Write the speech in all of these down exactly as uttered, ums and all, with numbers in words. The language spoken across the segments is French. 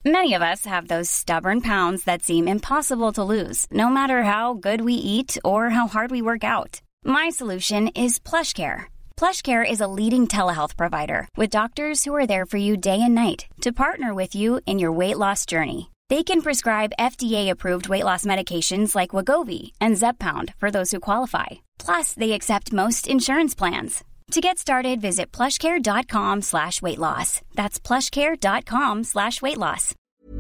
Many of us have those stubborn pounds that seem impossible to lose, no matter how good we eat or how hard we work out. My solution is PlushCare. PlushCare is a leading telehealth provider with doctors who are there for you day and night to partner with you in your weight loss journey. They can prescribe F D A-approved weight loss medications like Wegovy and Zepbound for those who qualify. Plus, they accept most insurance plans. To get started, visit plushcare.com slash weight loss. That's plushcare.com slash weight loss.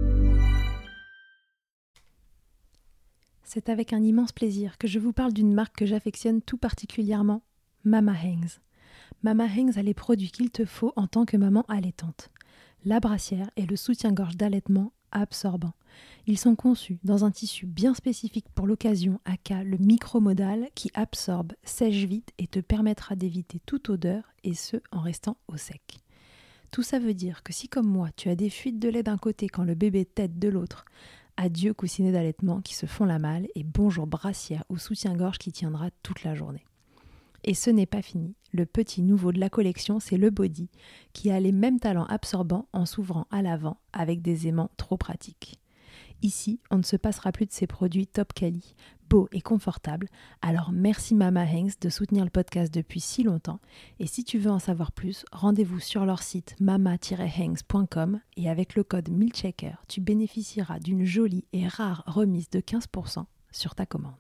C'est avec un immense plaisir que je vous parle d'une marque que j'affectionne tout particulièrement, Mama Hanks. Mama Hanks a les produits qu'il te faut en tant que maman allaitante. La brassière et le soutien-gorge d'allaitement absorbant. Ils sont conçus dans un tissu bien spécifique pour l'occasion, aka le micromodal, qui absorbe, sèche vite et te permettra d'éviter toute odeur, et ce, en restant au sec. Tout ça veut dire que si, comme moi, tu as des fuites de lait d'un côté quand le bébé tète de l'autre, adieu coussinet d'allaitement qui se font la malle et bonjour brassière ou soutien-gorge qui tiendra toute la journée. Et ce n'est pas fini. Le petit nouveau de la collection, c'est le body, qui a les mêmes talents absorbants en s'ouvrant à l'avant avec des aimants trop pratiques. Ici, on ne se passera plus de ces produits top quali, beaux et confortables. Alors merci Mama Hanks de soutenir le podcast depuis si longtemps. Et si tu veux en savoir plus, rendez-vous sur leur site mama tiret hanks point com et avec le code MILCHECKER, tu bénéficieras d'une jolie et rare remise de quinze pour cent sur ta commande.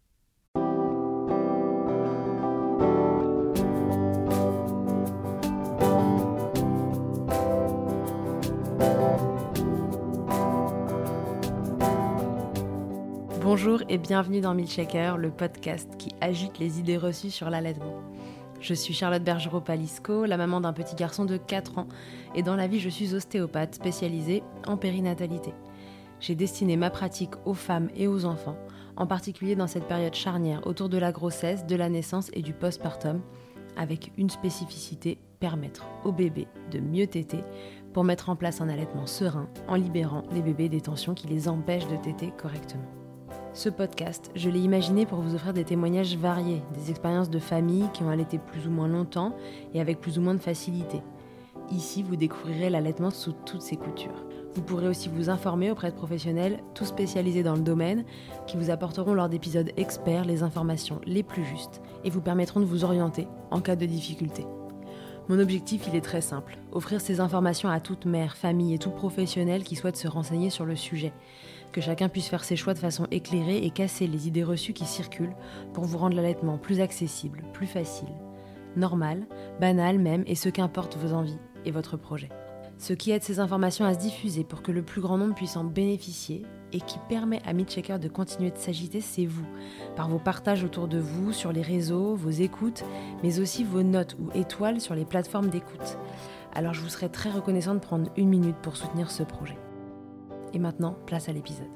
Bonjour et bienvenue dans Milkshaker, le podcast qui agite les idées reçues sur l'allaitement. Je suis Charlotte Bergerot-Palisco, la maman d'un petit garçon de quatre ans, et dans la vie je suis ostéopathe spécialisée en périnatalité. J'ai destiné ma pratique aux femmes et aux enfants, en particulier dans cette période charnière autour de la grossesse, de la naissance et du postpartum, avec une spécificité, permettre au bébé de mieux téter pour mettre en place un allaitement serein en libérant les bébés des tensions qui les empêchent de téter correctement. Ce podcast, je l'ai imaginé pour vous offrir des témoignages variés, des expériences de familles qui ont allaité plus ou moins longtemps et avec plus ou moins de facilité. Ici, vous découvrirez l'allaitement sous toutes ses coutures. Vous pourrez aussi vous informer auprès de professionnels, tous spécialisés dans le domaine, qui vous apporteront lors d'épisodes experts les informations les plus justes et vous permettront de vous orienter en cas de difficulté. Mon objectif, il est très simple, offrir ces informations à toute mère, famille et tout professionnel qui souhaite se renseigner sur le sujet. Que chacun puisse faire ses choix de façon éclairée et casser les idées reçues qui circulent pour vous rendre l'allaitement plus accessible, plus facile, normal, banal même, et ce qu'importe vos envies et votre projet. Ce qui aide ces informations à se diffuser pour que le plus grand nombre puisse en bénéficier et qui permet à Milkshaker de continuer de s'agiter, c'est vous, par vos partages autour de vous, sur les réseaux, vos écoutes, mais aussi vos notes ou étoiles sur les plateformes d'écoute. Alors je vous serais très reconnaissante de prendre une minute pour soutenir ce projet. Et maintenant, place à l'épisode.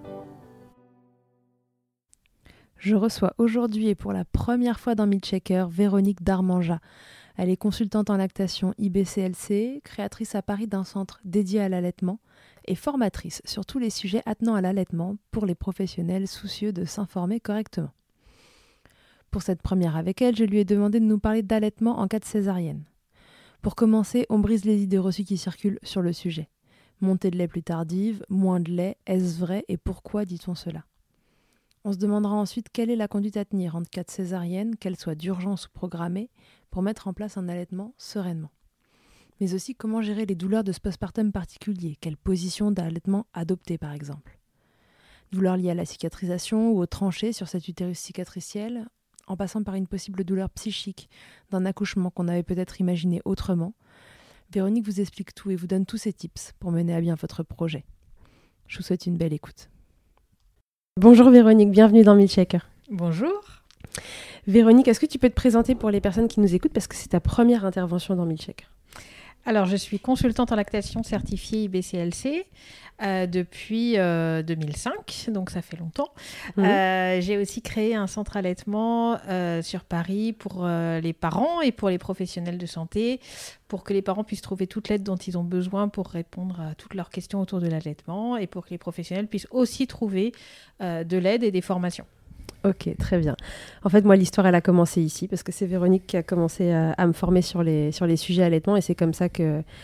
Je reçois aujourd'hui et pour la première fois dans Milkshaker, Véronique Darmanja. Elle est consultante en lactation I B C L C, créatrice à Paris d'un centre dédié à l'allaitement et formatrice sur tous les sujets attenant à l'allaitement pour les professionnels soucieux de s'informer correctement. Pour cette première avec elle, je lui ai demandé de nous parler d'allaitement en cas de césarienne. Pour commencer, on brise les idées reçues qui circulent sur le sujet. Montée de lait plus tardive, moins de lait, est-ce vrai et pourquoi dit-on cela ? On se demandera ensuite quelle est la conduite à tenir en cas de césarienne, qu'elle soit d'urgence ou programmée, pour mettre en place un allaitement sereinement. Mais aussi comment gérer les douleurs de ce postpartum particulier, quelle position d'allaitement adopter par exemple. Douleurs liées à la cicatrisation ou aux tranchées sur cet utérus cicatriciel, en passant par une possible douleur psychique d'un accouchement qu'on avait peut-être imaginé autrement. Véronique vous explique tout et vous donne tous ses tips pour mener à bien votre projet. Je vous souhaite une belle écoute. Bonjour Véronique, bienvenue dans Milkshaker. Bonjour. Véronique, est-ce que tu peux te présenter pour les personnes qui nous écoutent parce que c'est ta première intervention dans Milkshaker ? Alors, je suis consultante en lactation certifiée I B C L C euh, depuis euh, deux mille cinq, donc ça fait longtemps. Mmh. Euh, j'ai aussi créé un centre allaitement euh, sur Paris pour euh, les parents et pour les professionnels de santé, pour que les parents puissent trouver toute l'aide dont ils ont besoin pour répondre à toutes leurs questions autour de l'allaitement et pour que les professionnels puissent aussi trouver euh, de l'aide et des formations. Ok, très bien. En fait, moi, l'histoire, elle a commencé ici parce que c'est Véronique qui a commencé à, à me former sur les, sur les sujets allaitement et c'est comme ça que,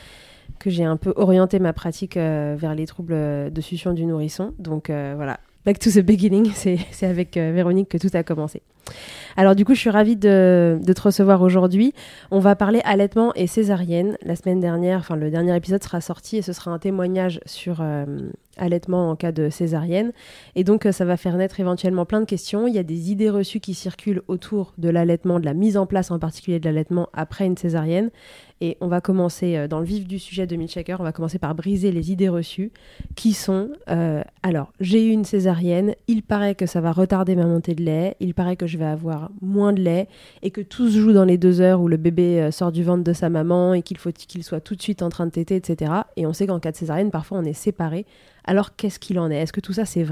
que j'ai un peu orienté ma pratique euh, vers les troubles de succion du nourrisson. Donc euh, voilà, back to the beginning, c'est, c'est avec euh, Véronique que tout a commencé. Alors du coup, je suis ravie de, de te recevoir aujourd'hui. On va parler allaitement et césarienne. La semaine dernière, enfin le dernier épisode sera sorti et ce sera un témoignage sur euh, allaitement en cas de césarienne. Et donc, euh, ça va faire naître éventuellement plein de questions. Il y a des idées reçues qui circulent autour de l'allaitement, de la mise en place en particulier de l'allaitement après une césarienne. Et on va commencer euh, dans le vif du sujet de Milkshaker. On va commencer par briser les idées reçues qui sont euh, alors, j'ai eu une césarienne, il paraît que ça va retarder ma montée de lait, il paraît que je vais avoir moins de lait et que tout se joue dans les deux heures où le bébé euh, sort du ventre de sa maman et qu'il faut qu'il soit tout de suite en train de téter, et cetera. Et on sait qu'en cas de césarienne, parfois on est séparés. Alors, qu'est-ce qu'il en est ? Est-ce que tout ça, c'est vrai ?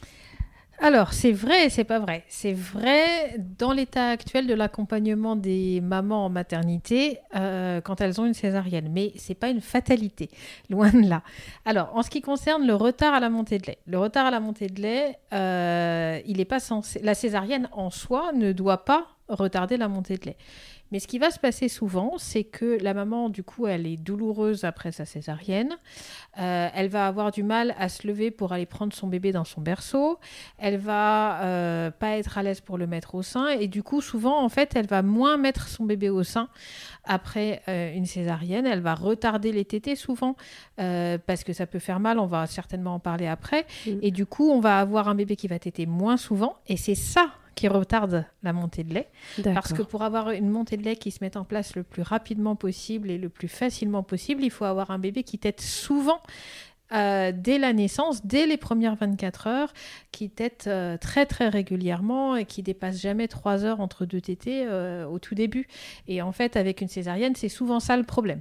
Alors, c'est vrai et c'est pas vrai. C'est vrai dans l'état actuel de l'accompagnement des mamans en maternité euh, quand elles ont une césarienne. Mais c'est pas une fatalité, loin de là. Alors, en ce qui concerne le retard à la montée de lait. Le retard à la montée de lait, euh, il est pas censé... La césarienne en soi ne doit pas retarder la montée de lait. Mais ce qui va se passer souvent, c'est que la maman, du coup, elle est douloureuse après sa césarienne. Euh, elle va avoir du mal à se lever pour aller prendre son bébé dans son berceau. Elle va euh, pas être à l'aise pour le mettre au sein. Et du coup, souvent, en fait, elle va moins mettre son bébé au sein après euh, une césarienne. Elle va retarder les tétés souvent euh, parce que ça peut faire mal. On va certainement en parler après. Mmh. Et du coup, on va avoir un bébé qui va téter moins souvent. Et c'est ça qui retarde la montée de lait. D'accord. Parce que pour avoir une montée de lait qui se mette en place le plus rapidement possible et le plus facilement possible, il faut avoir un bébé qui tète souvent euh, dès la naissance, dès les premières vingt-quatre heures, qui tète euh, très très régulièrement et qui dépasse jamais trois heures entre deux tétés euh, au tout début. Et en fait, avec une césarienne, c'est souvent ça le problème.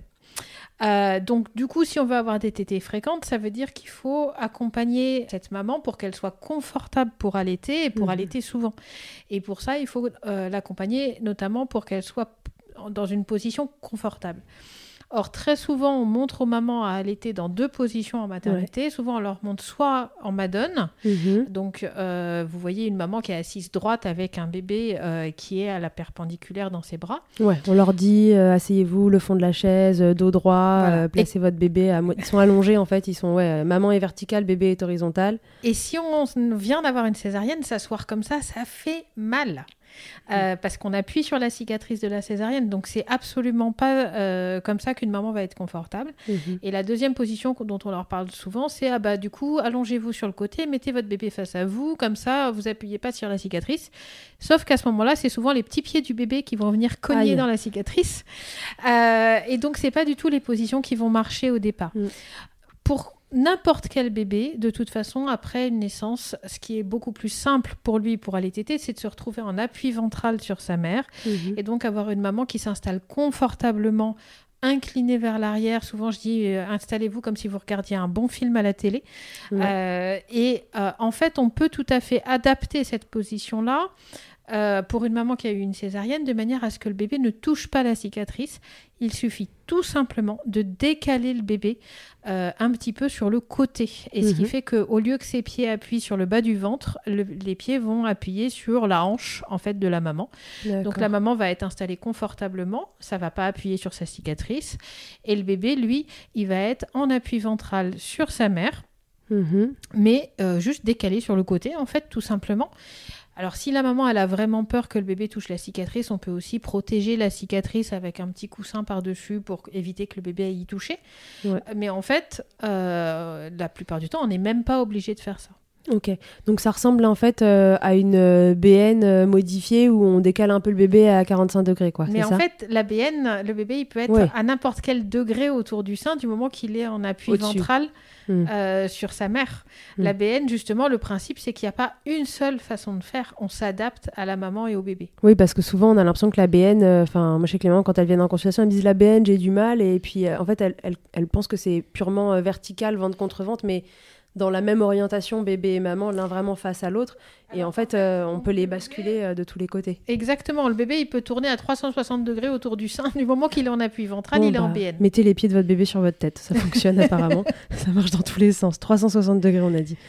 Euh, donc du coup, si on veut avoir des tétées fréquentes, ça veut dire qu'il faut accompagner cette maman pour qu'elle soit confortable pour allaiter et pour mmh. allaiter souvent. Et pour ça, il faut euh, l'accompagner notamment pour qu'elle soit dans une position confortable. Or, très souvent, on montre aux mamans à allaiter dans deux positions en maternité. Ouais. Souvent, on leur montre soit en madone. Mm-hmm. Donc, euh, vous voyez une maman qui est assise droite avec un bébé euh, qui est à la perpendiculaire dans ses bras. Ouais, on leur dit euh, asseyez-vous, le fond de la chaise, dos droit, voilà. euh, placez Et... votre bébé. À mo- ils sont allongés, en fait. Ils sont, ouais, maman est verticale, bébé est horizontal. Et si on vient d'avoir une césarienne, s'asseoir comme ça, ça fait mal. Euh, parce qu'on appuie sur la cicatrice de la césarienne, donc c'est absolument pas euh, comme ça qu'une maman va être confortable. Mmh. Et la deuxième position dont on leur parle souvent, c'est ah bah du coup allongez-vous sur le côté, mettez votre bébé face à vous, comme ça vous appuyez pas sur la cicatrice. Sauf qu'à ce moment-là, c'est souvent les petits pieds du bébé qui vont venir cogner Aïe. Dans la cicatrice, euh, et donc c'est pas du tout les positions qui vont marcher au départ. Mmh. Pour n'importe quel bébé, de toute façon, après une naissance, ce qui est beaucoup plus simple pour lui, pour aller téter, c'est de se retrouver en appui ventral sur sa mère mmh. et donc avoir une maman qui s'installe confortablement, inclinée vers l'arrière. Souvent, je dis, euh, installez-vous comme si vous regardiez un bon film à la télé. Ouais. Euh, et euh, en fait, on peut tout à fait adapter cette position-là Euh, pour une maman qui a eu une césarienne, de manière à ce que le bébé ne touche pas la cicatrice. Il suffit tout simplement de décaler le bébé euh, un petit peu sur le côté. Et mmh. ce qui fait qu'au lieu que ses pieds appuient sur le bas du ventre, le, les pieds vont appuyer sur la hanche en fait, de la maman. D'accord. Donc la maman va être installée confortablement, ça ne va pas appuyer sur sa cicatrice. Et le bébé, lui, il va être en appui ventral sur sa mère, mmh. mais euh, juste décalé sur le côté, en fait, tout simplement. Alors, si la maman elle a vraiment peur que le bébé touche la cicatrice, on peut aussi protéger la cicatrice avec un petit coussin par-dessus pour éviter que le bébé aille y toucher. Ouais. Mais en fait, euh, la plupart du temps, on n'est même pas obligé de faire ça. Ok, donc ça ressemble en fait euh, à une euh, B N euh, modifiée où on décale un peu le bébé à quarante-cinq degrés, quoi. Mais c'est en ça fait, la B N, le bébé, il peut être ouais. à n'importe quel degré autour du sein du moment qu'il est en appui Au-dessus. ventral mmh. euh, sur sa mère. Mmh. La B N, justement, le principe, c'est qu'il n'y a pas une seule façon de faire. On s'adapte à la maman et au bébé. Oui, parce que souvent, on a l'impression que la B N, enfin, euh, moi, chez Clément, quand elles viennent en consultation, elles me disent la B N, j'ai du mal. Et puis, euh, en fait, elles, elles, elles pensent que c'est purement euh, vertical, ventre contre ventre, mais dans la même orientation, bébé et maman, l'un vraiment face à l'autre. Et en fait, euh, on peut les basculer euh, de tous les côtés. Exactement. Le bébé, il peut tourner à trois cent soixante degrés autour du sein. Du moment qu'il est en appui ventral, bon, il bah, est en B N. Mettez les pieds de votre bébé sur votre tête. Ça fonctionne apparemment. Ça marche dans tous les sens. trois cent soixante degrés, on a dit.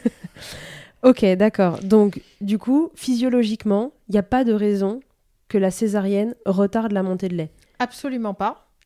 Ok, d'accord. Donc, du coup, physiologiquement, il n'y a pas de raison que la césarienne retarde la montée de lait. Absolument pas.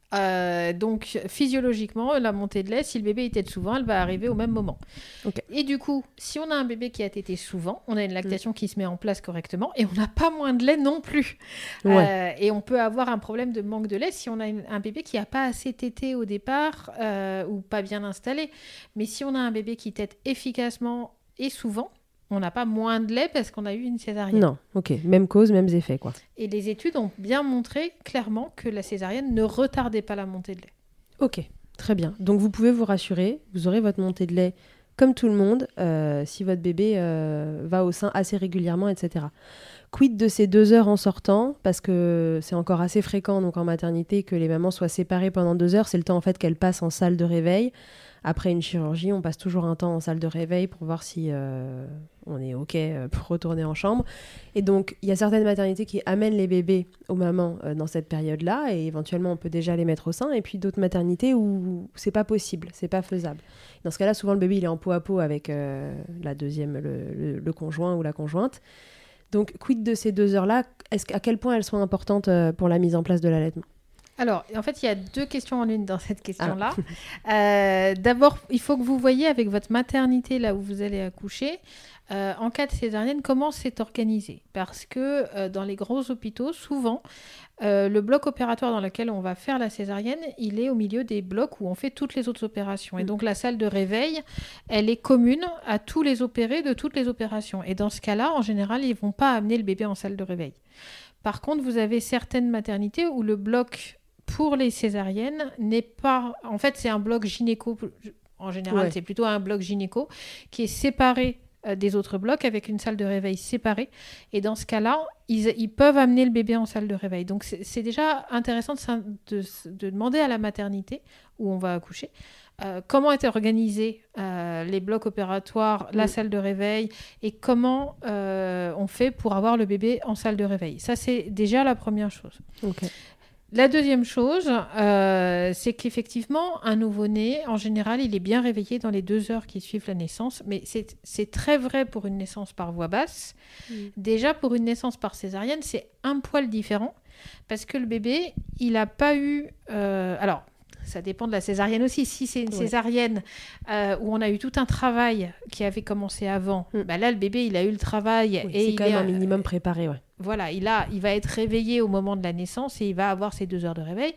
Euh, donc, physiologiquement, la montée de lait, si le bébé il tète souvent, elle va arriver au même moment. Okay. Et du coup, si on a un bébé qui a tété souvent, on a une lactation mmh. qui se met en place correctement et on n'a pas moins de lait non plus. Ouais. Euh, et on peut avoir un problème de manque de lait si on a une, un bébé qui n'a pas assez tété au départ euh, ou pas bien installé. Mais si on a un bébé qui tète efficacement et souvent, on n'a pas moins de lait parce qu'on a eu une césarienne. Non, ok. Même cause, mêmes effets, quoi. Et les études ont bien montré clairement que la césarienne ne retardait pas la montée de lait. Ok, très bien. Donc vous pouvez vous rassurer, vous aurez votre montée de lait comme tout le monde euh, si votre bébé euh, va au sein assez régulièrement, et cetera. Quid de ces deux heures en sortant, parce que c'est encore assez fréquent donc en maternité que les mamans soient séparées pendant deux heures. C'est le temps en fait qu'elles passent en salle de réveil. Après une chirurgie, on passe toujours un temps en salle de réveil pour voir si euh, on est OK pour retourner en chambre. Et donc, il y a certaines maternités qui amènent les bébés aux mamans euh, dans cette période-là, et éventuellement, on peut déjà les mettre au sein. Et puis d'autres maternités où c'est pas possible, c'est pas faisable. Dans ce cas-là, souvent, le bébé, il est en peau à peau avec euh, la deuxième, le, le, le conjoint ou la conjointe. Donc, quid de ces deux heures-là, est-ce, à quel point elles sont importantes euh, pour la mise en place de l'allaitement ? Alors, en fait, il y a deux questions en une dans cette question-là. Ah. Euh, d'abord, il faut que vous voyez avec votre maternité, là où vous allez accoucher, euh, en cas de césarienne, comment c'est organisé. Parce que euh, dans les gros hôpitaux, souvent, euh, le bloc opératoire dans lequel on va faire la césarienne, il est au milieu des blocs où on fait toutes les autres opérations. Et donc, la salle de réveil, elle est commune à tous les opérés de toutes les opérations. Et dans ce cas-là, en général, ils ne vont pas amener le bébé en salle de réveil. Par contre, vous avez certaines maternités où le bloc pour les césariennes n'est pas... En fait, c'est un bloc gynéco. En général, ouais. c'est plutôt un bloc gynéco qui est séparé euh, des autres blocs avec une salle de réveil séparée. Et dans ce cas-là, ils, ils peuvent amener le bébé en salle de réveil. Donc, c'est, c'est déjà intéressant de, de, de demander à la maternité où on va accoucher euh, comment est organisé euh, les blocs opératoires, la oui. salle de réveil et comment euh, on fait pour avoir le bébé en salle de réveil. Ça, c'est déjà la première chose. Ok. La deuxième chose, euh, c'est qu'effectivement, un nouveau-né, en général, il est bien réveillé dans les deux heures qui suivent la naissance. Mais c'est, c'est très vrai pour une naissance par voie basse. Mmh. Déjà, pour une naissance par césarienne, c'est un poil différent. Parce que le bébé, il n'a pas eu... Euh, alors, ça dépend de la césarienne aussi. Si c'est une ouais. césarienne euh, où on a eu tout un travail qui avait commencé avant, mmh. bah là, le bébé, il a eu le travail. Oui, et c'est il quand même est... un minimum préparé, ouais. Voilà, il, a, il va être réveillé au moment de la naissance et il va avoir ses deux heures de réveil.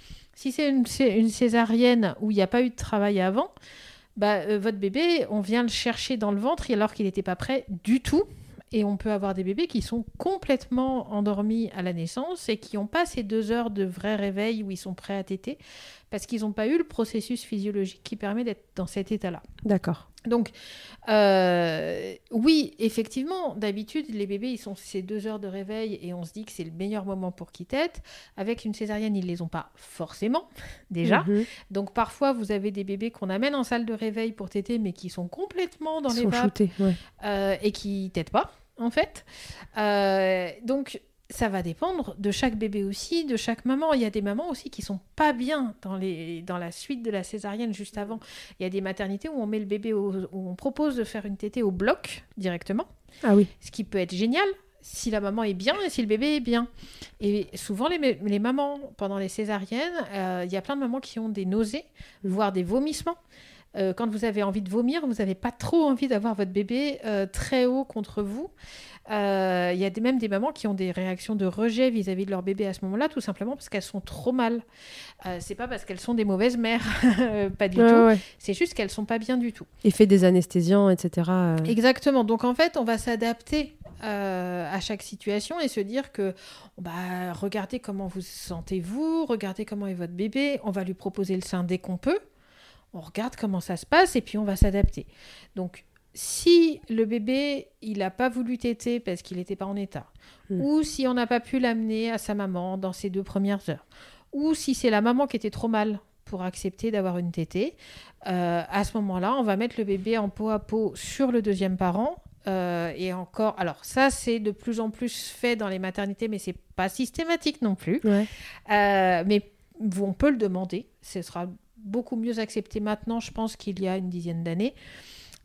Si c'est une, c'est une césarienne où il n'y a pas eu de travail avant, bah, euh, votre bébé, on vient le chercher dans le ventre alors qu'il n'était pas prêt du tout. Et on peut avoir des bébés qui sont complètement endormis à la naissance et qui n'ont pas ces deux heures de vrai réveil où ils sont prêts à téter parce qu'ils n'ont pas eu le processus physiologique qui permet d'être dans cet état-là. D'accord. Donc, euh, oui, effectivement, d'habitude, les bébés, ils sont ces deux heures de réveil et on se dit que c'est le meilleur moment pour qu'ils tètent. Avec une césarienne, ils ne les ont pas forcément, déjà. Mm-hmm. Donc, parfois, vous avez des bébés qu'on amène en salle de réveil pour téter, mais qui sont complètement dans ils les sont vapes shootés, ouais. euh, et qui ne tètent pas, en fait. Euh, donc... Ça va dépendre de chaque bébé aussi, de chaque maman. Il y a des mamans aussi qui sont pas bien dans, les, dans la suite de la césarienne juste avant. Il y a des maternités où on met le bébé, au, où on propose de faire une tétée au bloc directement. Ah oui. Ce qui peut être génial si la maman est bien et si le bébé est bien. Et souvent, les, les mamans, pendant les césariennes, euh, il y a plein de mamans qui ont des nausées, voire des vomissements. Euh, quand vous avez envie de vomir, vous n'avez pas trop envie d'avoir votre bébé euh, très haut contre vous. Il euh, y a des, même des mamans qui ont des réactions de rejet vis-à-vis de leur bébé à ce moment-là, tout simplement parce qu'elles sont trop mal. Euh, c'est pas parce qu'elles sont des mauvaises mères, pas du ouais, tout. Ouais. C'est juste qu'elles sont pas bien du tout. Effet des anesthésiants, et cetera. Exactement. Donc en fait, on va s'adapter euh, à chaque situation et se dire que bah, regardez comment vous sentez-vous, regardez comment est votre bébé, on va lui proposer le sein dès qu'on peut. On regarde comment ça se passe et puis on va s'adapter. Donc, si le bébé, il n'a pas voulu téter parce qu'il n'était pas en état, mmh. ou si on n'a pas pu l'amener à sa maman dans ses deux premières heures, ou si c'est la maman qui était trop mal pour accepter d'avoir une tétée, euh, à ce moment-là, on va mettre le bébé en peau à peau sur le deuxième parent. Euh, et encore, alors ça, c'est de plus en plus fait dans les maternités, mais ce n'est pas systématique non plus. Ouais. Euh, mais on peut le demander, ce sera beaucoup mieux accepté maintenant, je pense, qu'il y a une dizaine d'années.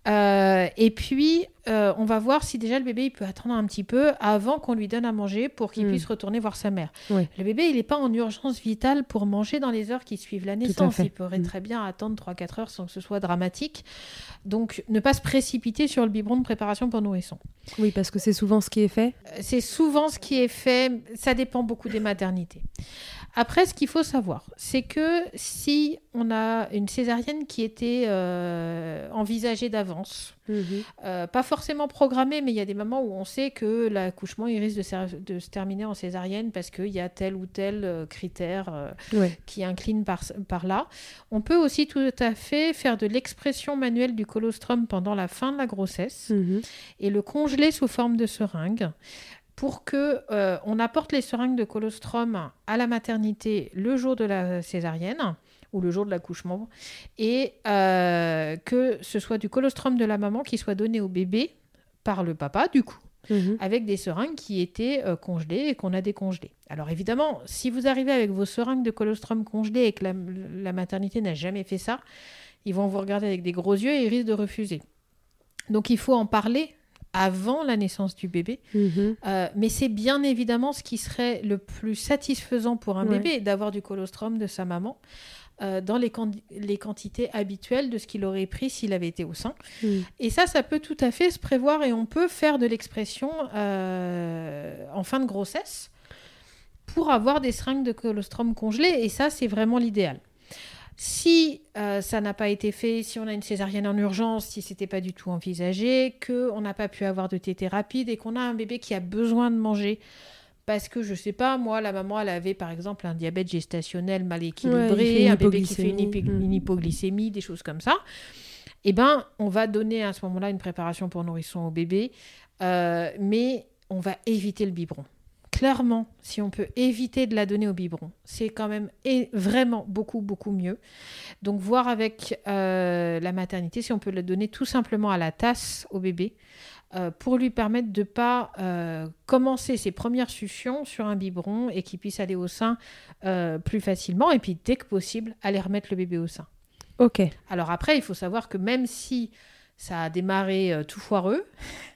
Euh, et puis, euh, on va voir si déjà le bébé il peut attendre un petit peu avant qu'on lui donne à manger pour qu'il mmh. puisse retourner voir sa mère. Oui. Le bébé, il n'est pas en urgence vitale pour manger dans les heures qui suivent la naissance. Il pourrait mmh. très bien attendre trois à quatre heures sans que ce soit dramatique. Donc, ne pas se précipiter sur le biberon de préparation pour nourrisson. Oui, parce que c'est souvent ce qui est fait. C'est souvent ce qui est fait. Ça dépend beaucoup des maternités. Après, ce qu'il faut savoir, c'est que si on a une césarienne qui était euh, envisagée d'avance, mmh. euh, pas forcément programmée, mais il y a des moments où on sait que l'accouchement il risque de, ser- de se terminer en césarienne parce qu'il y a tel ou tel euh, critère euh, ouais. qui incline par, par là. On peut aussi tout à fait faire de l'expression manuelle du colostrum pendant la fin de la grossesse mmh. et le congeler sous forme de seringue, pour qu'on euh, apporte les seringues de colostrum à la maternité le jour de la césarienne ou le jour de l'accouchement et euh, que ce soit du colostrum de la maman qui soit donné au bébé par le papa du coup, mmh. avec des seringues qui étaient euh, congelées et qu'on a décongelées. Alors évidemment, si vous arrivez avec vos seringues de colostrum congelées et que la, la maternité n'a jamais fait ça, ils vont vous regarder avec des gros yeux et ils risquent de refuser. Donc il faut en parler avant la naissance du bébé. Mmh. Euh, mais c'est bien évidemment ce qui serait le plus satisfaisant pour un ouais. bébé, d'avoir du colostrum de sa maman euh, dans les, can- les quantités habituelles de ce qu'il aurait pris s'il avait été au sein. Mmh. Et ça, ça peut tout à fait se prévoir et on peut faire de l'expression euh, en fin de grossesse pour avoir des seringues de colostrum congelées. Et ça, c'est vraiment l'idéal. Si euh, ça n'a pas été fait, si on a une césarienne en urgence, si ce n'était pas du tout envisagé, qu'on n'a pas pu avoir de tétée rapide et qu'on a un bébé qui a besoin de manger parce que, je ne sais pas, moi, la maman, elle avait par exemple un diabète gestationnel mal équilibré, ouais, un bébé qui fait une, hypo- mmh. une hypoglycémie, des choses comme ça, eh ben, on va donner à ce moment-là une préparation pour nourrisson au bébé, euh, mais on va éviter le biberon. Clairement, si on peut éviter de la donner au biberon, c'est quand même et vraiment beaucoup, beaucoup mieux. Donc, voir avec euh, la maternité si on peut le donner tout simplement à la tasse au bébé euh, pour lui permettre de ne pas euh, commencer ses premières suctions sur un biberon et qu'il puisse aller au sein euh, plus facilement. Et puis, dès que possible, aller remettre le bébé au sein. Ok. Alors après, il faut savoir que même si ça a démarré euh, tout foireux...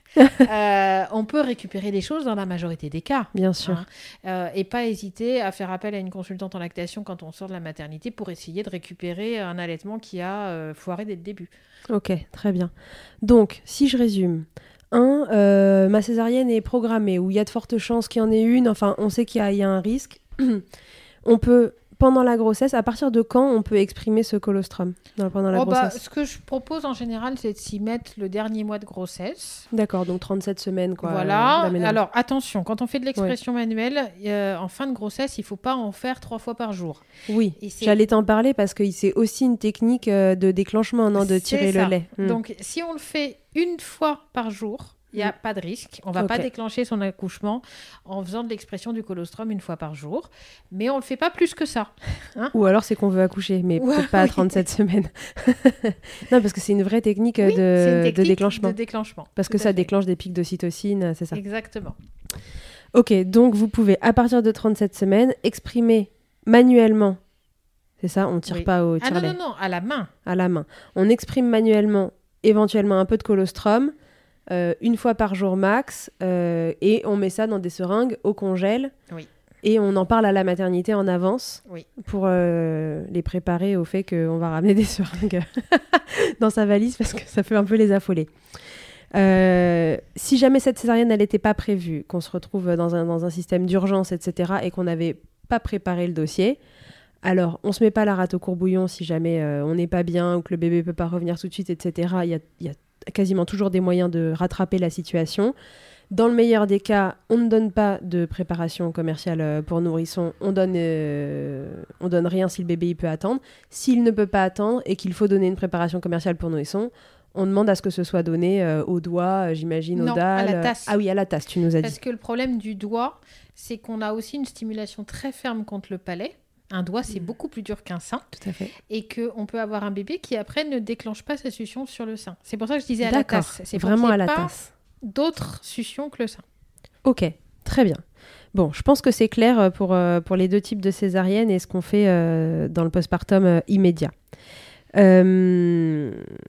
euh, on peut récupérer des choses dans la majorité des cas. Bien sûr. Hein, euh, et pas hésiter à faire appel à une consultante en lactation quand on sort de la maternité pour essayer de récupérer un allaitement qui a euh, foiré dès le début. Ok, très bien. Donc, si je résume, un, euh, ma césarienne est programmée, où il y a de fortes chances qu'il y en ait une, enfin, on sait qu'il y a, il y a un risque. On peut... Pendant la grossesse, à partir de quand on peut exprimer ce colostrum dans, pendant la oh grossesse bah, Ce que je propose en général, c'est de s'y mettre le dernier mois de grossesse. D'accord, donc trente-sept semaines. Quoi, voilà. Euh, Alors, attention, quand on fait de l'expression ouais. manuelle, euh, en fin de grossesse, il ne faut pas en faire trois fois par jour. Oui, j'allais t'en parler parce que c'est aussi une technique euh, de déclenchement, non, de tirer le lait. Hum. Donc, si on le fait une fois par jour, il n'y a pas de risque. On ne va okay. pas déclencher son accouchement en faisant de l'expression du colostrum une fois par jour. Mais on ne le fait pas plus que ça. Hein Ou alors c'est qu'on veut accoucher, mais ouais, peut-être pas oui. à trente-sept semaines. Non, parce que c'est une vraie technique, oui, de, une technique de déclenchement. de déclenchement. Parce que ça déclenche des pics d'ocytocine, c'est ça. Exactement. Ok, donc vous pouvez, à partir de trente-sept semaines, exprimer manuellement. C'est ça, on ne tire oui. pas au tire-lait. Ah non, non, non, à la main. À la main. On exprime manuellement, éventuellement un peu de colostrum. Euh, une fois par jour max, euh, et on met ça dans des seringues au congèle, oui. et on en parle à la maternité en avance oui. pour euh, les préparer au fait qu'on va ramener des seringues dans sa valise parce que ça peut un peu les affoler. Euh, si jamais cette césarienne n'était pas prévue, qu'on se retrouve dans un, dans un système d'urgence, et cetera, et qu'on n'avait pas préparé le dossier, alors on ne se met pas la rate au courbouillon si jamais euh, on n'est pas bien ou que le bébé ne peut pas revenir tout de suite, et cetera. Il y a, il y a quasiment toujours des moyens de rattraper la situation. Dans le meilleur des cas, on ne donne pas de préparation commerciale pour nourrisson, on donne, euh, on donne rien si le bébé il peut attendre. S'il ne peut pas attendre et qu'il faut donner une préparation commerciale pour nourrisson, on demande à ce que ce soit donné euh, au doigt, j'imagine, non, au dalle. à la tasse. Ah oui, à la tasse, tu nous as dit. Parce que le problème du doigt, c'est qu'on a aussi une stimulation très ferme contre le palais. Un doigt, c'est mmh. beaucoup plus dur qu'un sein. Tout à fait. Et qu'on peut avoir un bébé qui, après, ne déclenche pas sa succion sur le sein. C'est pour ça que je disais à D'accord. la tasse. C'est vraiment à la pas tasse. D'autres suctions que le sein. Ok, très bien. Bon, je pense que c'est clair pour, euh, pour les deux types de césarienne et ce qu'on fait euh, dans le postpartum euh, immédiat. Euh,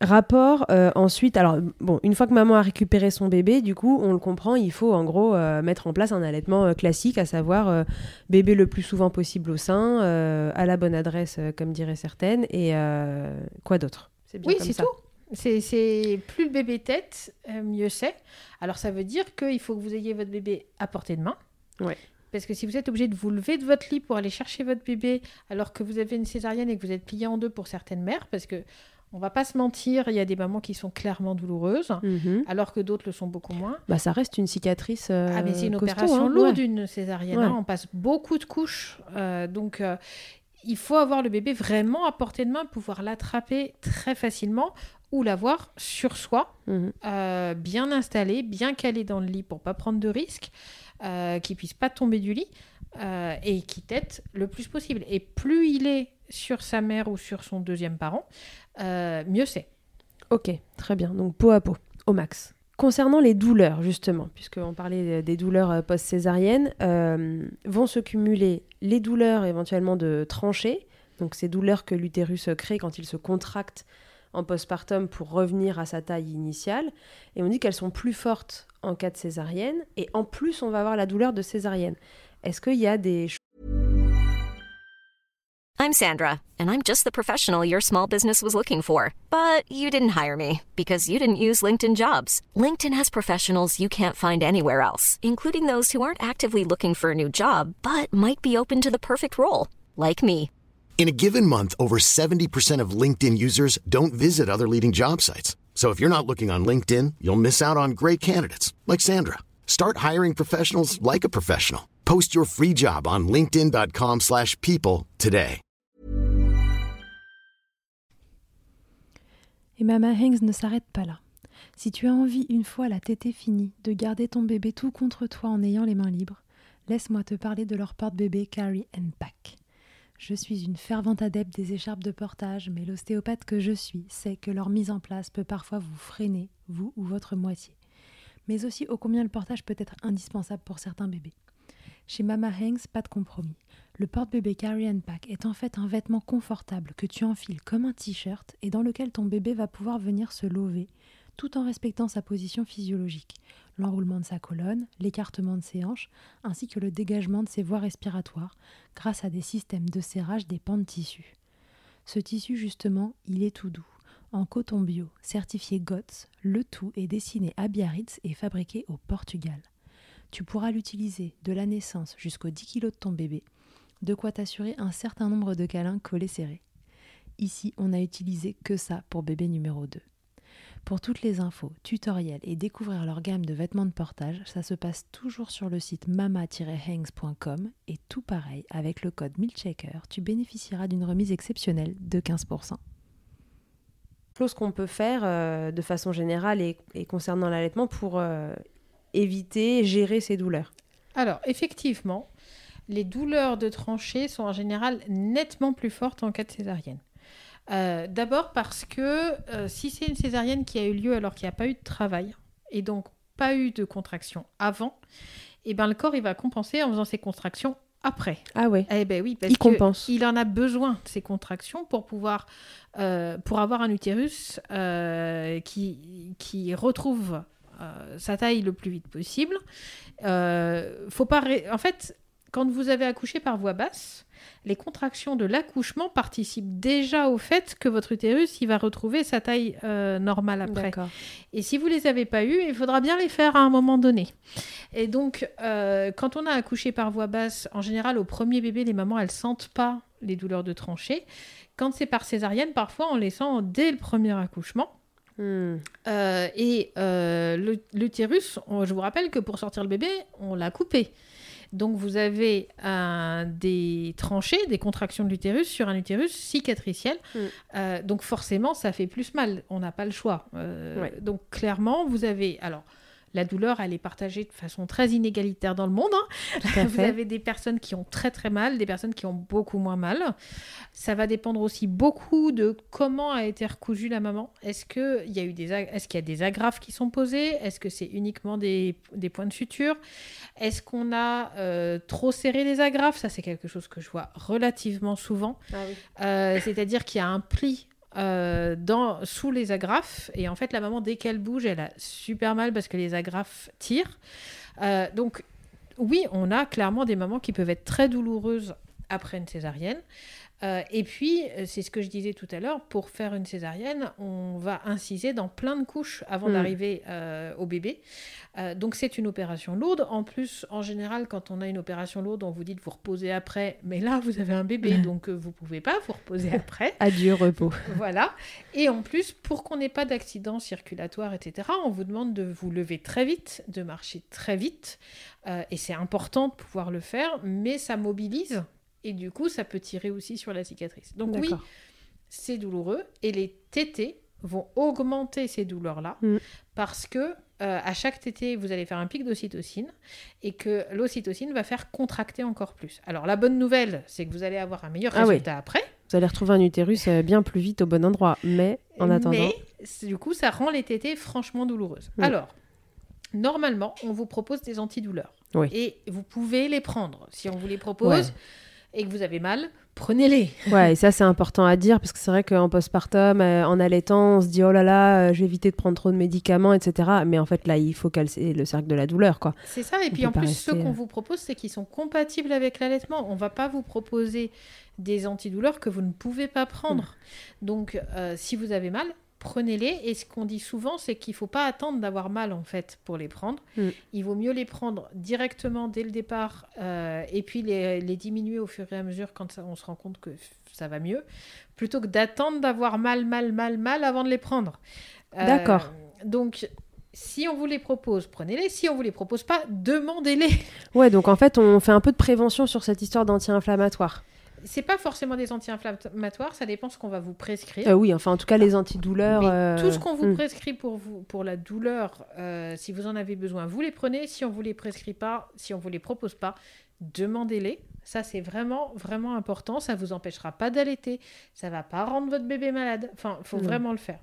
Rapport, euh, ensuite, alors bon, une fois que maman a récupéré son bébé, du coup, on le comprend, il faut en gros euh, mettre en place un allaitement euh, classique, à savoir euh, bébé le plus souvent possible au sein, euh, à la bonne adresse, euh, comme diraient certaines, et euh, quoi d'autre ? C'est bien oui, comme c'est ça. Tout. C'est, c'est plus le bébé tête, euh, mieux c'est. Alors ça veut dire qu'il faut que vous ayez votre bébé à portée de main. Ouais. Parce que si vous êtes obligé de vous lever de votre lit pour aller chercher votre bébé, alors que vous avez une césarienne et que vous êtes plié en deux pour certaines mères, parce que on va pas se mentir, il y a des mamans qui sont clairement douloureuses, mm-hmm. alors que d'autres le sont beaucoup moins. Bah, ça reste une cicatrice euh, Ah, mais c'est une costaud, opération hein, lourde, ouais. une césarienne. Ouais. Hein, on passe beaucoup de couches. Euh, donc, euh, il faut avoir le bébé vraiment à portée de main, pouvoir l'attraper très facilement ou l'avoir sur soi, mm-hmm. euh, bien installé, bien calé dans le lit pour pas prendre de risques, euh, qu'il puisse pas tomber du lit euh, et qu'il tète le plus possible. Et plus il est sur sa mère ou sur son deuxième parent, Euh, mieux c'est. Ok, très bien. Donc peau à peau, au max. Concernant les douleurs, justement, puisqu'on parlait des douleurs post-césariennes, euh, vont se cumuler les douleurs éventuellement de tranchée, donc ces douleurs que l'utérus crée quand il se contracte en postpartum pour revenir à sa taille initiale. Et on dit qu'elles sont plus fortes en cas de césarienne. Et en plus, on va avoir la douleur de césarienne. Est-ce qu'il y a des... I'm Sandra, and I'm just the professional your small business was looking for. But you didn't hire me because you didn't use LinkedIn Jobs. LinkedIn has professionals you can't find anywhere else, including those who aren't actively looking for a new job, but might be open to the perfect role, like me. In a given month, over seventy percent of LinkedIn users don't visit other leading job sites. So if you're not looking on LinkedIn, you'll miss out on great candidates, like Sandra. Start hiring professionals like a professional. Post your free job on linkedin.com slash people today. Et Mama Hanks ne s'arrête pas là. Si tu as envie, une fois la tétée finie, de garder ton bébé tout contre toi en ayant les mains libres, laisse-moi te parler de leur porte-bébé Carry and Pack. Je suis une fervente adepte des écharpes de portage, mais l'ostéopathe que je suis sait que leur mise en place peut parfois vous freiner, vous ou votre moitié. Mais aussi ô combien le portage peut être indispensable pour certains bébés. Chez Mama Hanks, pas de compromis. Le porte-bébé Carry and Pack est en fait un vêtement confortable que tu enfiles comme un t-shirt et dans lequel ton bébé va pouvoir venir se lever tout en respectant sa position physiologique, l'enroulement de sa colonne, l'écartement de ses hanches, ainsi que le dégagement de ses voies respiratoires grâce à des systèmes de serrage des pans de tissu. Ce tissu, justement, il est tout doux. En coton bio, certifié G O T S, le tout est dessiné à Biarritz et fabriqué au Portugal. Tu pourras l'utiliser de la naissance jusqu'aux dix kilos de ton bébé, de quoi t'assurer un certain nombre de câlins collés serrés. Ici, on n'a utilisé que ça pour bébé numéro deux. Pour toutes les infos, tutoriels et découvrir leur gamme de vêtements de portage, ça se passe toujours sur le site mama tiret hanks point com et tout pareil, avec le code MILCHECKER, tu bénéficieras d'une remise exceptionnelle de quinze pour cent. Chose qu'on peut faire euh, de façon générale et, et concernant l'allaitement pour euh, éviter, gérer ces douleurs. Alors, effectivement, les douleurs de tranchée sont en général nettement plus fortes en cas de césarienne. Euh, d'abord parce que euh, si c'est une césarienne qui a eu lieu alors qu'il n'y a pas eu de travail et donc pas eu de contraction avant, et ben le corps il va compenser en faisant ses contractions après. Ah ouais. Eh ben oui, parce il compense. Il en a besoin de ces contractions pour pouvoir euh, pour avoir un utérus euh, qui qui retrouve euh, sa taille le plus vite possible. Euh, faut pas ré... En fait, quand vous avez accouché par voie basse, les contractions de l'accouchement participent déjà au fait que votre utérus il va retrouver sa taille euh, normale après. D'accord. Et si vous ne les avez pas eues, il faudra bien les faire à un moment donné. Et donc, euh, quand on a accouché par voie basse, en général, au premier bébé, les mamans, elles ne sentent pas les douleurs de tranchée. Quand c'est par césarienne, parfois, on les sent dès le premier accouchement. Hmm. Euh, et euh, le, l'utérus, on, je vous rappelle que pour sortir le bébé, on l'a coupé. Donc, vous avez un, des tranchées, des contractions de l'utérus sur un utérus cicatriciel. Mm. Euh, donc, forcément, ça fait plus mal. On n'a pas le choix. Euh, ouais. Donc, clairement, vous avez... Alors, la douleur, elle est partagée de façon très inégalitaire dans le monde. Hein. Vous fait. avez des personnes qui ont très, très mal, des personnes qui ont beaucoup moins mal. Ça va dépendre aussi beaucoup de comment a été recousue la maman. Est-ce qu'il y a eu des, est-ce qu'il y a des agrafes qui sont posées ? Est-ce que c'est uniquement des, des points de suture ? Est-ce qu'on a euh, trop serré les agrafes ? Ça, c'est quelque chose que je vois relativement souvent. Ah oui. euh, c'est-à-dire qu'il y a un pli euh, dans, sous les agrafes. Et en fait, la maman, dès qu'elle bouge, elle a super mal parce que les agrafes tirent. Euh, donc, oui, on a clairement des mamans qui peuvent être très douloureuses après une césarienne. Euh, et puis, c'est ce que je disais tout à l'heure, pour faire une césarienne, on va inciser dans plein de couches avant mmh. d'arriver euh, au bébé. Euh, donc, c'est une opération lourde. En plus, en général, quand on a une opération lourde, on vous dit de vous reposer après. Mais là, vous avez un bébé, donc euh, vous ne pouvez pas vous reposer après. Adieu repos. Voilà. Et en plus, pour qu'on n'ait pas d'accident circulatoire, et cetera, on vous demande de vous lever très vite, de marcher très vite. Euh, et c'est important de pouvoir le faire, mais ça mobilise. Et du coup, ça peut tirer aussi sur la cicatrice. Donc D'accord. oui, c'est douloureux. Et les tétés vont augmenter ces douleurs-là mmh. parce que euh, à chaque tété, vous allez faire un pic d'ocytocine et que l'ocytocine va faire contracter encore plus. Alors, la bonne nouvelle, c'est que vous allez avoir un meilleur ah résultat oui. après. Vous allez retrouver un utérus bien plus vite au bon endroit. Mais en attendant... Mais du coup, ça rend les tétés franchement douloureuses. Mmh. Alors, normalement, on vous propose des antidouleurs. Oui. Et vous pouvez les prendre. Si on vous les propose... Ouais. et que vous avez mal, prenez-les. Ouais, et ça, c'est important à dire, parce que c'est vrai qu'en postpartum, euh, en allaitant, on se dit « Oh là là, euh, je vais éviter de prendre trop de médicaments, et cetera » Mais en fait, là, il faut calcer le cercle de la douleur, quoi. C'est ça, et on puis en plus, rester... ce qu'on vous propose, c'est qu'ils sont compatibles avec l'allaitement. On ne va pas vous proposer des antidouleurs que vous ne pouvez pas prendre. Mmh. Donc, euh, si vous avez mal, prenez-les. Et ce qu'on dit souvent, c'est qu'il ne faut pas attendre d'avoir mal, en fait, pour les prendre. Mm. Il vaut mieux les prendre directement dès le départ euh, et puis les, les diminuer au fur et à mesure quand ça, on se rend compte que ça va mieux, plutôt que d'attendre d'avoir mal, mal, mal, mal avant de les prendre. Euh, D'accord. Donc... si on vous les propose, prenez-les. Si on ne vous les propose pas, demandez-les. Ouais, donc en fait, on fait un peu de prévention sur cette histoire d'anti-inflammatoire. C'est pas forcément des anti-inflammatoires, ça dépend ce qu'on va vous prescrire. Euh, oui, enfin en tout cas les antidouleurs. Euh... Tout ce qu'on vous hmm. prescrit pour, vous, pour la douleur, euh, si vous en avez besoin, vous les prenez. Si on vous les prescrit pas, si on vous les propose pas, demandez-les. Ça c'est vraiment vraiment important. Ça vous empêchera pas d'allaiter, ça va pas rendre votre bébé malade. Enfin, il faut hmm. vraiment le faire.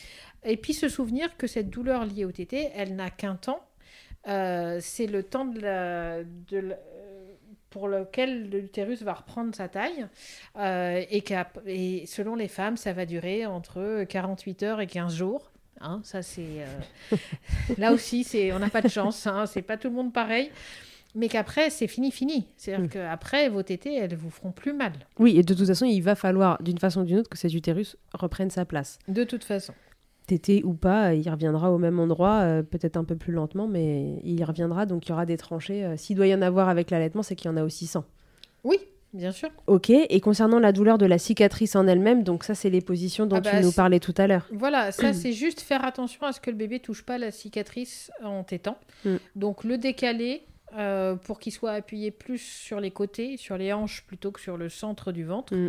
Et puis se souvenir que cette douleur liée au tété, elle n'a qu'un temps. Euh, c'est le temps de la, de la pour lequel l'utérus va reprendre sa taille euh, et, et selon les femmes, ça va durer entre quarante-huit heures et quinze jours. Hein, ça, c'est, euh... là aussi, c'est... on n'a pas de chance, hein, c'est pas tout le monde pareil. Mais qu'après, c'est fini, fini. C'est-à-dire mmh. qu'après, vos tétés, elles vous feront plus mal. Oui, et de toute façon, il va falloir, d'une façon ou d'une autre, que cet utérus reprenne sa place. De toute façon. Tété ou pas, il reviendra au même endroit, euh, peut-être un peu plus lentement, mais il y reviendra, donc il y aura des tranchées. Euh, s'il doit y en avoir avec l'allaitement, c'est qu'il y en a aussi sans. Oui, bien sûr. Ok, et concernant la douleur de la cicatrice en elle-même, donc ça, c'est les positions dont ah bah, tu nous parlais tout à l'heure. Voilà, ça, c'est juste faire attention à ce que le bébé touche pas la cicatrice en tétant. Mm. Donc le décaler euh, pour qu'il soit appuyé plus sur les côtés, sur les hanches, plutôt que sur le centre du ventre. Mm.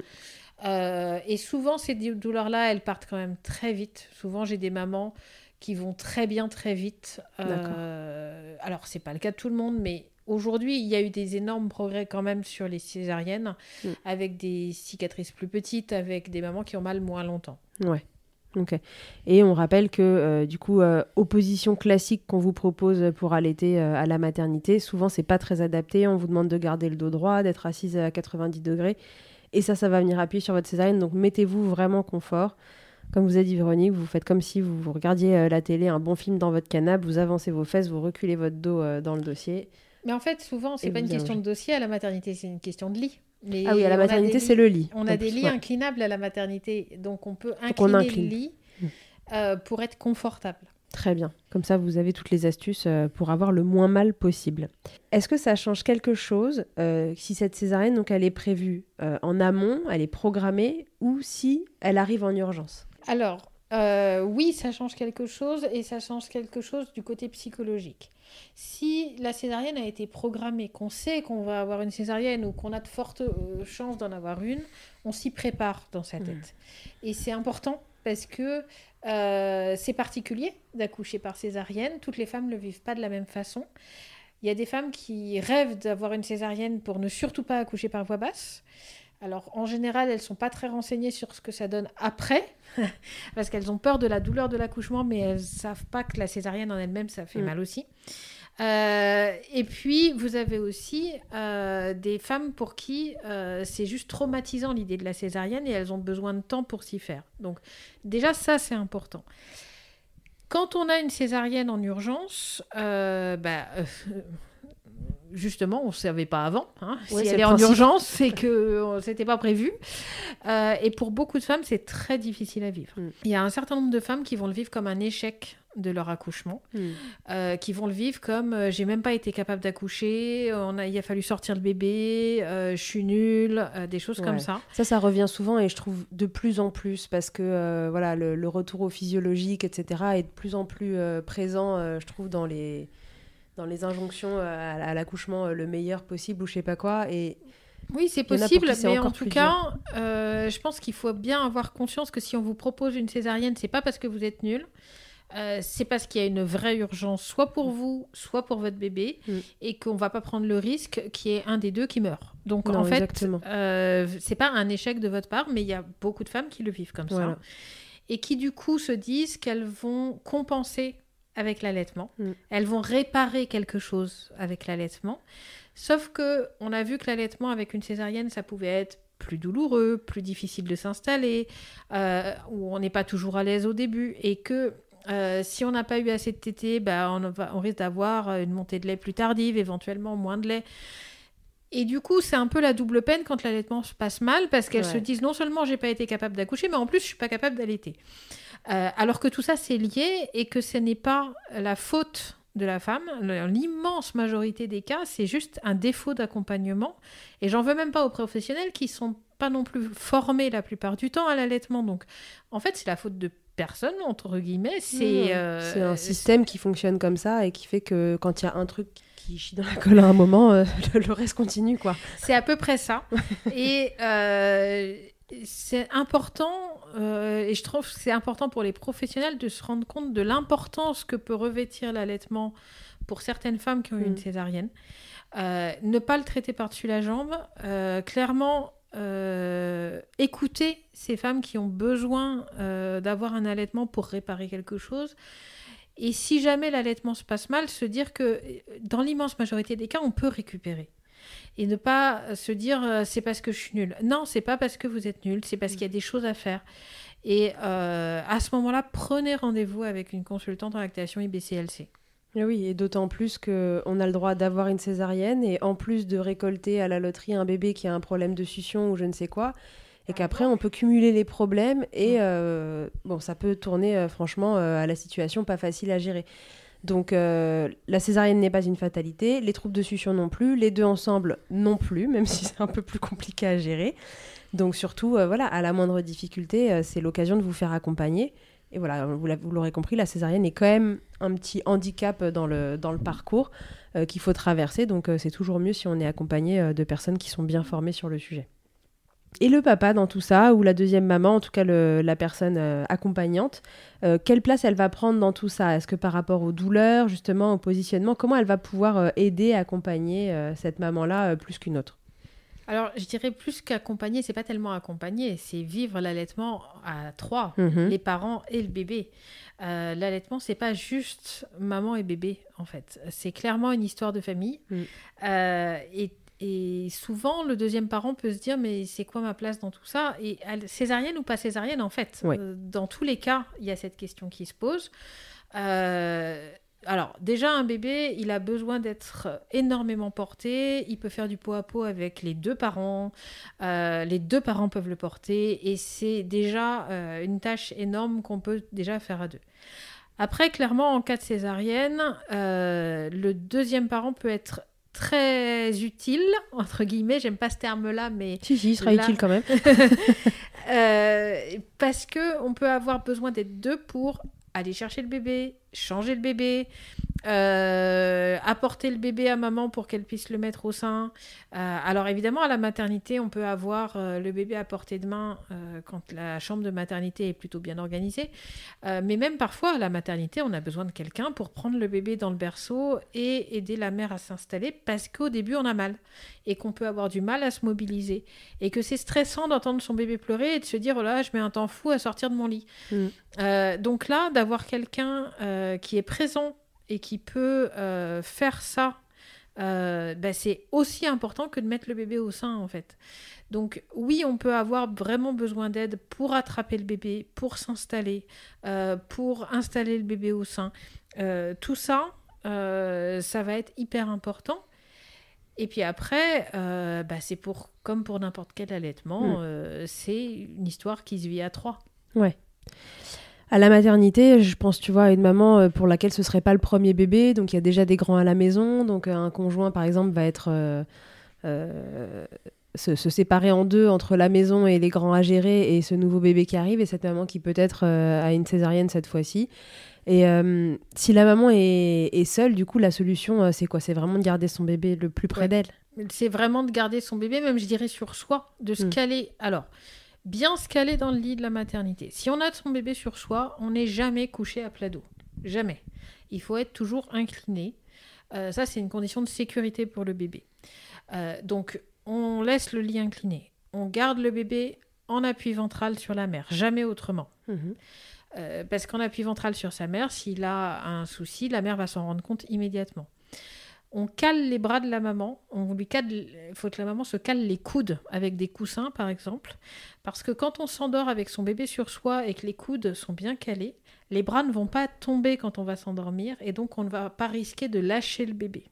Euh, et souvent, ces douleurs-là, elles partent quand même très vite. Souvent, j'ai des mamans qui vont très bien, très vite. Euh, alors, c'est pas le cas de tout le monde, mais aujourd'hui, il y a eu des énormes progrès quand même sur les césariennes, mm. avec des cicatrices plus petites, avec des mamans qui ont mal moins longtemps. Ouais. Ok. Et on rappelle que, euh, du coup, euh, opposition classique qu'on vous propose pour allaiter euh, à la maternité, souvent, c'est pas très adapté. On vous demande de garder le dos droit, d'être assise à quatre-vingt-dix degrés. Et ça, ça va venir appuyer sur votre césarienne. Donc, mettez-vous vraiment confort. Comme vous a dit Véronique, vous faites comme si vous, vous regardiez euh, la télé, un bon film dans votre canapé, vous avancez vos fesses, vous reculez votre dos euh, dans le dossier. Mais en fait, souvent, c'est pas une question allongez. de dossier à la maternité, c'est une question de lit. Mais ah oui, à la maternité, c'est le lit. On a des lits ouais. inclinables à la maternité. Donc, on peut incliner on incline. le lit euh, pour être confortable. Très bien. Comme ça, vous avez toutes les astuces pour avoir le moins mal possible. Est-ce que ça change quelque chose euh, si cette césarienne, donc, elle est prévue euh, en amont, elle est programmée, ou si elle arrive en urgence ? Alors, euh, oui, ça change quelque chose, et ça change quelque chose du côté psychologique. Si la césarienne a été programmée, qu'on sait qu'on va avoir une césarienne ou qu'on a de fortes euh, chances d'en avoir une, on s'y prépare dans sa tête. Mmh. Et c'est important parce que euh, c'est particulier d'accoucher par césarienne. Toutes les femmes ne le vivent pas de la même façon. Il y a des femmes qui rêvent d'avoir une césarienne pour ne surtout pas accoucher par voie basse. Alors, en général, elles ne sont pas très renseignées sur ce que ça donne après, parce qu'elles ont peur de la douleur de l'accouchement, mais elles ne savent pas que la césarienne en elle-même, ça fait mmh. mal aussi. Euh, et puis, vous avez aussi euh, des femmes pour qui euh, c'est juste traumatisant l'idée de la césarienne et elles ont besoin de temps pour s'y faire. Donc, déjà, ça, c'est important. Quand on a une césarienne en urgence, euh, bah, euh, justement, on ne savait pas avant. Hein. Ouais, si c'est elle est le en principe. urgence, c'est que ce n'était pas prévu. Euh, et pour beaucoup de femmes, c'est très difficile à vivre. Mm. Il y a un certain nombre de femmes qui vont le vivre comme un échec de leur accouchement, Mm. euh, qui vont le vivre comme euh, j'ai même pas été capable d'accoucher, on a, il a fallu sortir le bébé, euh, je suis nulle, euh, des choses Ouais. comme ça. Ça, ça revient souvent et je trouve de plus en plus parce que euh, voilà, le, le retour au physiologique, et cetera est de plus en plus euh, présent, euh, je trouve, dans les, dans les injonctions euh, à, à l'accouchement euh, le meilleur possible ou je sais pas quoi. Et Oui, c'est Il y en a pour possible, qui c'est mais encore en tout plus cas, euh, je pense qu'il faut bien avoir conscience que si on vous propose une césarienne, c'est pas parce que vous êtes nul. Euh, c'est parce qu'il y a une vraie urgence, soit pour vous, soit pour votre bébé, Mm. et qu'on ne va pas prendre le risque qu'il y ait un des deux qui meurt. Donc Non, en fait, exactement. euh, c'est pas un échec de votre part, mais il y a beaucoup de femmes qui le vivent comme Voilà. ça, et qui du coup se disent qu'elles vont compenser avec l'allaitement, Mm. elles vont réparer quelque chose avec l'allaitement, sauf que on a vu que l'allaitement avec une césarienne, ça pouvait être plus douloureux, plus difficile de s'installer, euh, où on n'est pas toujours à l'aise au début, et que Euh, si on n'a pas eu assez de tétée, bah, on, va, on risque d'avoir une montée de lait plus tardive, éventuellement moins de lait. Et du coup, c'est un peu la double peine quand l'allaitement se passe mal, parce qu'elles Ouais. se disent non seulement j'ai pas été capable d'accoucher, mais en plus je suis pas capable d'allaiter. Euh, alors que tout ça c'est lié et que ce n'est pas la faute de la femme. L'immense majorité des cas, c'est juste un défaut d'accompagnement. Et j'en veux même pas aux professionnels qui sont pas non plus formés la plupart du temps à l'allaitement. Donc, en fait, c'est la faute de personne, entre guillemets. C'est, euh, C'est un système qui fonctionne comme ça et qui fait que quand il y a un truc qui chie dans la colle à un moment, euh, le, le reste continue, quoi. C'est à peu près ça. Et euh, c'est important, euh, et je trouve que c'est important pour les professionnels de se rendre compte de l'importance que peut revêtir l'allaitement pour certaines femmes qui ont eu Mm. une césarienne. Euh, ne pas le traiter par-dessus la jambe. Euh, clairement, euh, écouter ces femmes qui ont besoin euh, d'avoir un allaitement pour réparer quelque chose. Et si jamais l'allaitement se passe mal, se dire que dans l'immense majorité des cas, on peut récupérer. Et ne pas se dire euh, c'est parce que je suis nulle. Non, c'est pas parce que vous êtes nulle, c'est parce qu'il y a des choses à faire. Et euh, à ce moment-là, prenez rendez-vous avec une consultante en lactation I B C L C. Et oui, et d'autant plus qu'on a le droit d'avoir une césarienne et en plus de récolter à la loterie un bébé qui a un problème de succion ou je ne sais quoi, et qu'après on peut cumuler les problèmes et euh, bon, ça peut tourner euh, franchement euh, à la situation pas facile à gérer. Donc euh, la césarienne n'est pas une fatalité, les troubles de succion non plus, les deux ensemble non plus, même si c'est un peu plus compliqué à gérer. Donc surtout, euh, voilà, à la moindre difficulté, euh, c'est l'occasion de vous faire accompagner. Et voilà, vous, vous l'aurez compris, la césarienne est quand même un petit handicap dans le, dans le parcours euh, qu'il faut traverser. Donc euh, c'est toujours mieux si on est accompagné euh, de personnes qui sont bien formées sur le sujet. Et le papa dans tout ça, ou la deuxième maman, en tout cas le, la personne euh, accompagnante, euh, quelle place elle va prendre dans tout ça ? Est-ce que par rapport aux douleurs, justement, au positionnement, comment elle va pouvoir euh, aider, accompagner euh, cette maman-là euh, plus qu'une autre ? Alors, je dirais plus qu'accompagner, c'est pas tellement accompagner, c'est vivre l'allaitement à trois, Mhm. les parents et le bébé. Euh, l'allaitement, c'est pas juste maman et bébé, en fait. C'est clairement une histoire de famille. Mm. Euh, et, et souvent, le deuxième parent peut se dire, mais c'est quoi ma place dans tout ça ? Et elle- césarienne ou pas césarienne, en fait. Ouais. Euh, dans tous les cas, il y a cette question qui se pose. Euh, Alors, déjà, un bébé, il a besoin d'être énormément porté. Il peut faire du pot à pot avec les deux parents. Euh, les deux parents peuvent le porter. Et c'est déjà euh, une tâche énorme qu'on peut déjà faire à deux. Après, clairement, en cas de césarienne, euh, le deuxième parent peut être très utile, entre guillemets. J'aime pas ce terme-là, mais... Si, si, il sera Là- utile quand même. Euh, parce qu'on peut avoir besoin d'être deux pour aller chercher le bébé, changer le bébé, euh, apporter le bébé à maman pour qu'elle puisse le mettre au sein. Euh, alors évidemment, à la maternité, on peut avoir euh, le bébé à portée de main euh, quand la chambre de maternité est plutôt bien organisée. Euh, mais même parfois, à la maternité, on a besoin de quelqu'un pour prendre le bébé dans le berceau et aider la mère à s'installer parce qu'au début, on a mal et qu'on peut avoir du mal à se mobiliser et que c'est stressant d'entendre son bébé pleurer et de se dire « Oh là, je mets un temps fou à sortir de mon lit Mm. ». Euh, donc là, d'avoir quelqu'un euh, qui est présent et qui peut euh, faire ça, euh, bah, c'est aussi important que de mettre le bébé au sein, en fait. Donc oui, on peut avoir vraiment besoin d'aide pour attraper le bébé, pour s'installer, euh, pour installer le bébé au sein. Euh, tout ça, euh, ça va être hyper important. Et puis après, euh, bah, c'est pour, comme pour n'importe quel allaitement, mmh. euh, c'est une histoire qui se vit à trois. Ouais. À la maternité, je pense, tu vois, à une maman pour laquelle ce serait pas le premier bébé, donc il y a déjà des grands à la maison, donc un conjoint, par exemple, va être... Euh, euh, Se, se séparer en deux entre la maison et les grands à gérer et ce nouveau bébé qui arrive et cette maman qui peut-être euh, a une césarienne cette fois-ci. Et euh, si la maman est, est seule, du coup, la solution, euh, c'est quoi ? C'est vraiment de garder son bébé le plus près ouais. d'elle. C'est vraiment de garder son bébé, même je dirais sur soi, de se mmh. caler. Alors, bien se caler dans le lit de la maternité. Si on a son bébé sur soi, on n'est jamais couché à plat dos. Jamais. Il faut être toujours incliné. Euh, ça, c'est une condition de sécurité pour le bébé. Euh, donc, on laisse le lit incliné. On garde le bébé en appui ventral sur la mère, jamais autrement. Mmh. Euh, parce qu'en appui ventral sur sa mère, s'il a un souci, la mère va s'en rendre compte immédiatement. On cale les bras de la maman. On lui cale, il faut que la maman se cale les coudes avec des coussins, par exemple. Parce que quand on s'endort avec son bébé sur soi et que les coudes sont bien calés, les bras ne vont pas tomber quand on va s'endormir et donc on ne va pas risquer de lâcher le bébé.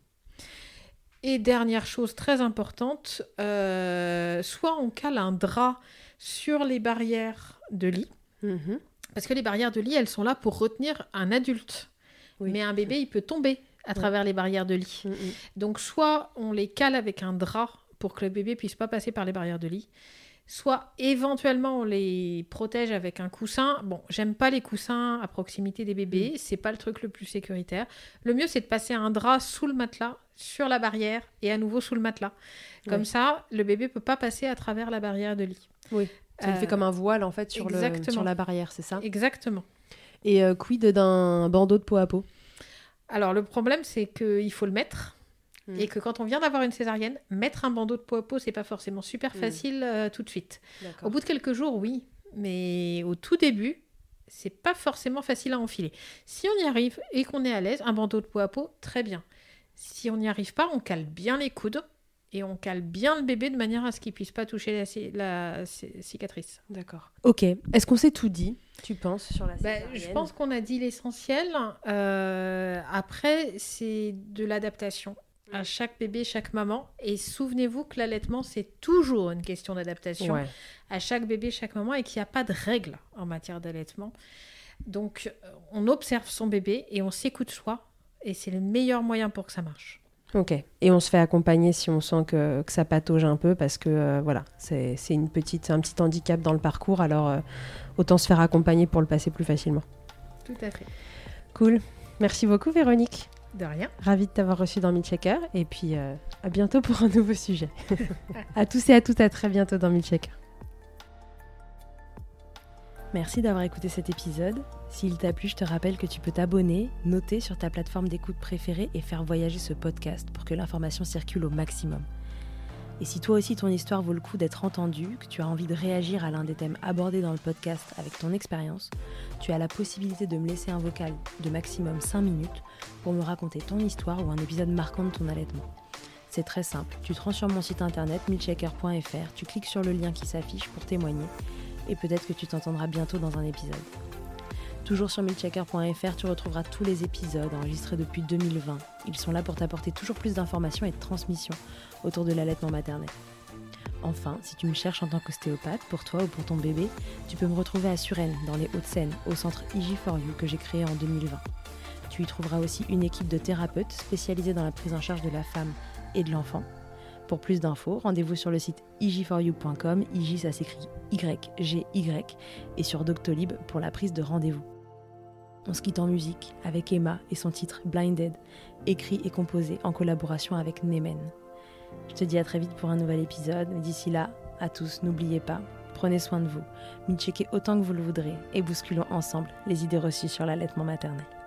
Et dernière chose très importante, euh, soit on cale un drap sur les barrières de lit, mmh. parce que les barrières de lit, elles sont là pour retenir un adulte. Oui. Mais un bébé, il peut tomber à oui. travers les barrières de lit. Mmh. Donc soit on les cale avec un drap pour que le bébé puisse pas passer par les barrières de lit, soit éventuellement on les protège avec un coussin. Bon, j'aime pas les coussins à proximité des bébés, mmh. c'est pas le truc le plus sécuritaire. Le mieux, c'est de passer un drap sous le matelas, sur la barrière et à nouveau sous le matelas. Comme oui. ça, le bébé peut pas passer à travers la barrière de lit. Oui, ça euh, fait comme un voile en fait sur, le, sur la barrière, c'est ça ? Exactement. Et euh, quid d'un bandeau de peau à peau ? Alors le problème, c'est qu'il faut le mettre mmh. et que quand on vient d'avoir une césarienne, mettre un bandeau de peau à peau, c'est pas forcément super facile mmh. euh, tout de suite. D'accord. Au bout de quelques jours, oui, mais au tout début, c'est pas forcément facile à enfiler. Si on y arrive et qu'on est à l'aise, un bandeau de peau à peau, très bien. Si on n'y arrive pas, on cale bien les coudes et on cale bien le bébé de manière à ce qu'il ne puisse pas toucher la, la cicatrice. D'accord. Ok. Est-ce qu'on s'est tout dit, tu penses, sur la césarienne ? Ben, je pense qu'on a dit l'essentiel. Euh, après, c'est de l'adaptation à chaque bébé, chaque maman. Et souvenez-vous que l'allaitement, c'est toujours une question d'adaptation ouais. à chaque bébé, chaque maman et qu'il n'y a pas de règles en matière d'allaitement. Donc, on observe son bébé et on s'écoute soi. Et c'est le meilleur moyen pour que ça marche. Ok. Et on se fait accompagner si on sent que, que ça patauge un peu parce que euh, voilà, c'est, c'est une petite, un petit handicap dans le parcours. Alors, euh, autant se faire accompagner pour le passer plus facilement. Tout à fait. Cool. Merci beaucoup, Véronique. De rien. Ravie de t'avoir reçue dans Milkshaker. Et puis, euh, à bientôt pour un nouveau sujet. À tous et à toutes, à très bientôt dans Milkshaker. Merci d'avoir écouté cet épisode. S'il t'a plu, je te rappelle que tu peux t'abonner, noter sur ta plateforme d'écoute préférée et faire voyager ce podcast pour que l'information circule au maximum. Et si toi aussi ton histoire vaut le coup d'être entendue, que tu as envie de réagir à l'un des thèmes abordés dans le podcast avec ton expérience, tu as la possibilité de me laisser un vocal de maximum cinq minutes pour me raconter ton histoire ou un épisode marquant de ton allaitement. C'est très simple, tu te rends sur mon site internet milkshaker point f r, tu cliques sur le lien qui s'affiche pour témoigner et peut-être que tu t'entendras bientôt dans un épisode. Toujours sur milkshaker point f r, tu retrouveras tous les épisodes enregistrés depuis deux mille vingt. Ils sont là pour t'apporter toujours plus d'informations et de transmissions autour de l'allaitement maternel. Enfin, si tu me cherches en tant qu'ostéopathe, pour toi ou pour ton bébé, tu peux me retrouver à Suresnes, dans les Hauts-de-Seine, au centre I G four U que j'ai créé en deux mille vingt. Tu y trouveras aussi une équipe de thérapeutes spécialisés dans la prise en charge de la femme et de l'enfant. Pour plus d'infos, rendez-vous sur le site i g four u point com, I J ça s'écrit Y G Y, et sur Doctolib pour la prise de rendez-vous. On se quitte en musique avec Emma et son titre Blinded, écrit et composé en collaboration avec Nemen. Je te dis à très vite pour un nouvel épisode, mais d'ici là, à tous, n'oubliez pas, prenez soin de vous, milkshaker autant que vous le voudrez et bousculons ensemble les idées reçues sur l'allaitement maternel.